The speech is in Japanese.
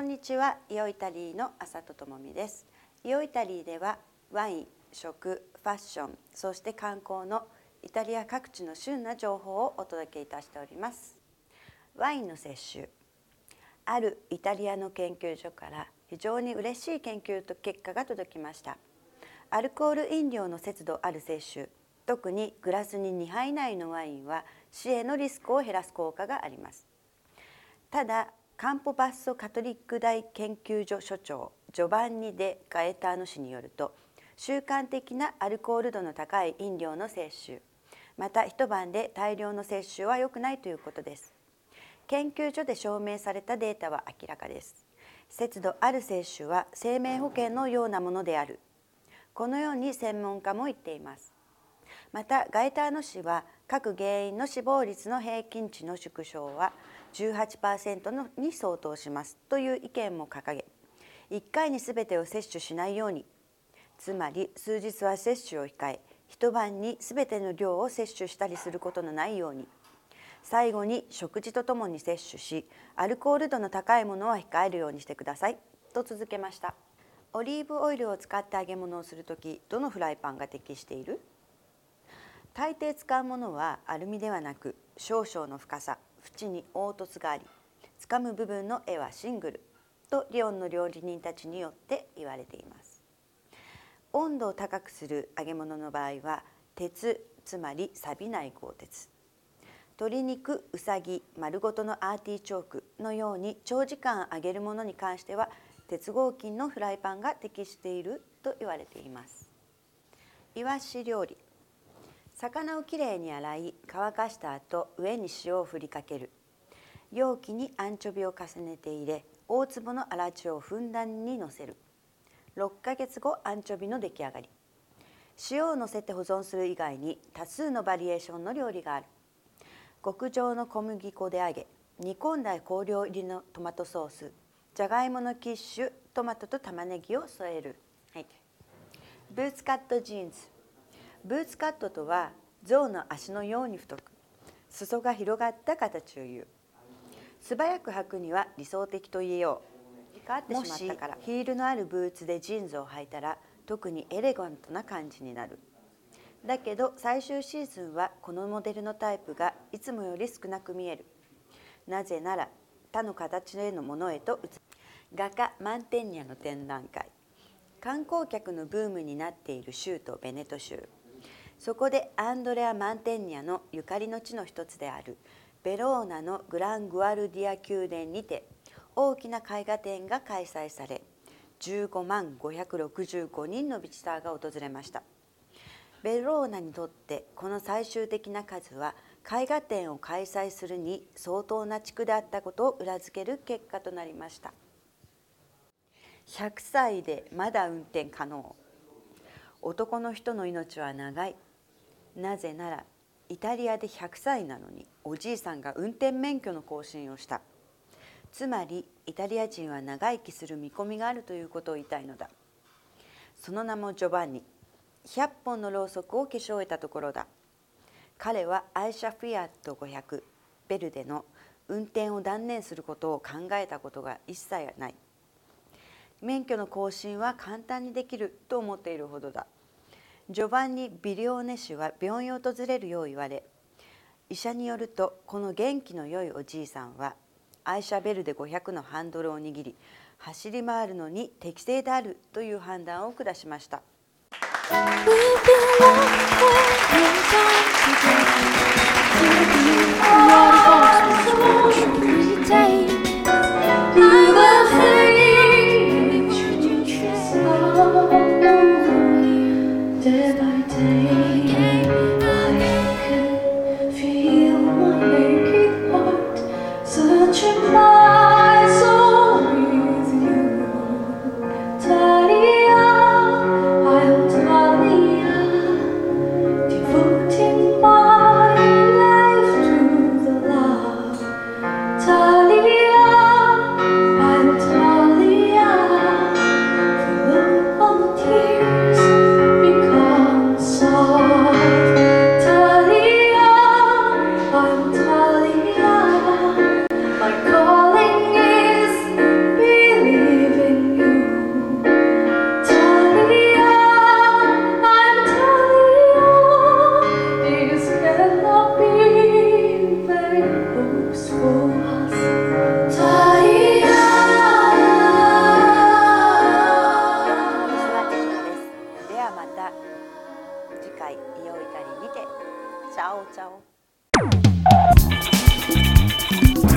んにちは。イオイタリーの浅戸智美です。イオイタリーではワイン、食、ファッション、そして観光のイタリア各地の旬な情報をお届けいたしております。ワインの摂取。あるイタリアの研究所から非常に嬉しい研究結果が届きました。アルコール飲料の節度ある摂取、特にグラスに2杯以内のワインは死へのリスクを減らす効果があります。ただ、カンポバッソカトリック大研究所所長ジョバンニ・デ・ガエターノ氏によると、習慣的なアルコール度の高い飲料の摂取、また一晩で大量の摂取は良くないということです。研究所で証明されたデータは明らかです。節度ある摂取は生命保険のようなものである。このように専門家も言っています。またガエターノ氏は、各原因の死亡率の平均値の縮小は 18% に相当しますという意見も掲げ、1回に全てを摂取しないように、つまり数日は摂取を控え、一晩に全ての量を摂取したりすることのないように、最後に食事とともに摂取し、アルコール度の高いものは控えるようにしてくださいと続けました。オリーブオイルを使って揚げ物をするとき、どのフライパンが適している？大抵使うものはアルミではなく、少々の深さ、縁に凹凸があり、掴む部分の絵はシングルとリヨンの料理人たちによって言われています。温度を高くする揚げ物の場合は、鉄、つまり錆びない鋼鉄、鶏肉、うさぎ、丸ごとのアーティチョークのように長時間揚げるものに関しては、鉄合金のフライパンが適していると言われています。イワシ料理。魚をきれいに洗い乾かした後、上に塩を振りかける。容器にアンチョビを重ねて入れ、大粒の粗塩をふんだんにのせる。6ヶ月後、アンチョビの出来上がり。塩をのせて保存する以外に多数のバリエーションの料理がある。極上の小麦粉で揚げ、煮込んだ香料入りのトマトソース、じゃがいものキッシュ、トマトと玉ねぎを添える。はい、ブーツカットジーンズ。ブーツカットとは、象の足のように太く、裾が広がった形を言う。素早く履くには理想的と言えよう。もしヒールのあるブーツでジーンズを履いたら、特にエレガントな感じになる。だけど最終シーズンはこのモデルのタイプがいつもより少なく見える。なぜなら他の形へのものへと移る。画家マンテンニャの展覧会。観光客のブームになっている州都ベネト州。そこでアンドレア・マンテンニャのゆかりの地の一つであるベローナのグラン・グアルディア宮殿にて大きな絵画展が開催され、15万565人のビジターが訪れました。ベローナにとってこの最終的な数は、絵画展を開催するに相当な地区であったことを裏付ける結果となりました。100歳でまだ運転可能。男の人の命は長い。なぜならイタリアで100歳なのにおじいさんが運転免許の更新をした。つまりイタリア人は長生きする見込みがあるということを言いたいのだ。その名もジョバンニ。100本のろうそくを消し終えたところだ。彼は愛車フィアット500ベルデの運転を断念することを考えたことが一切ない。免許の更新は簡単にできると思っているほどだ。ジョバンニ・ビリオーネ氏は病院を訪れるよう言われ、医者によるとこの元気の良いおじいさんは愛車ベルデ500のハンドルを握り走り回るのに適正であるという判断を下しました。 ではまた次回イオイタリーにてチャオチャオ。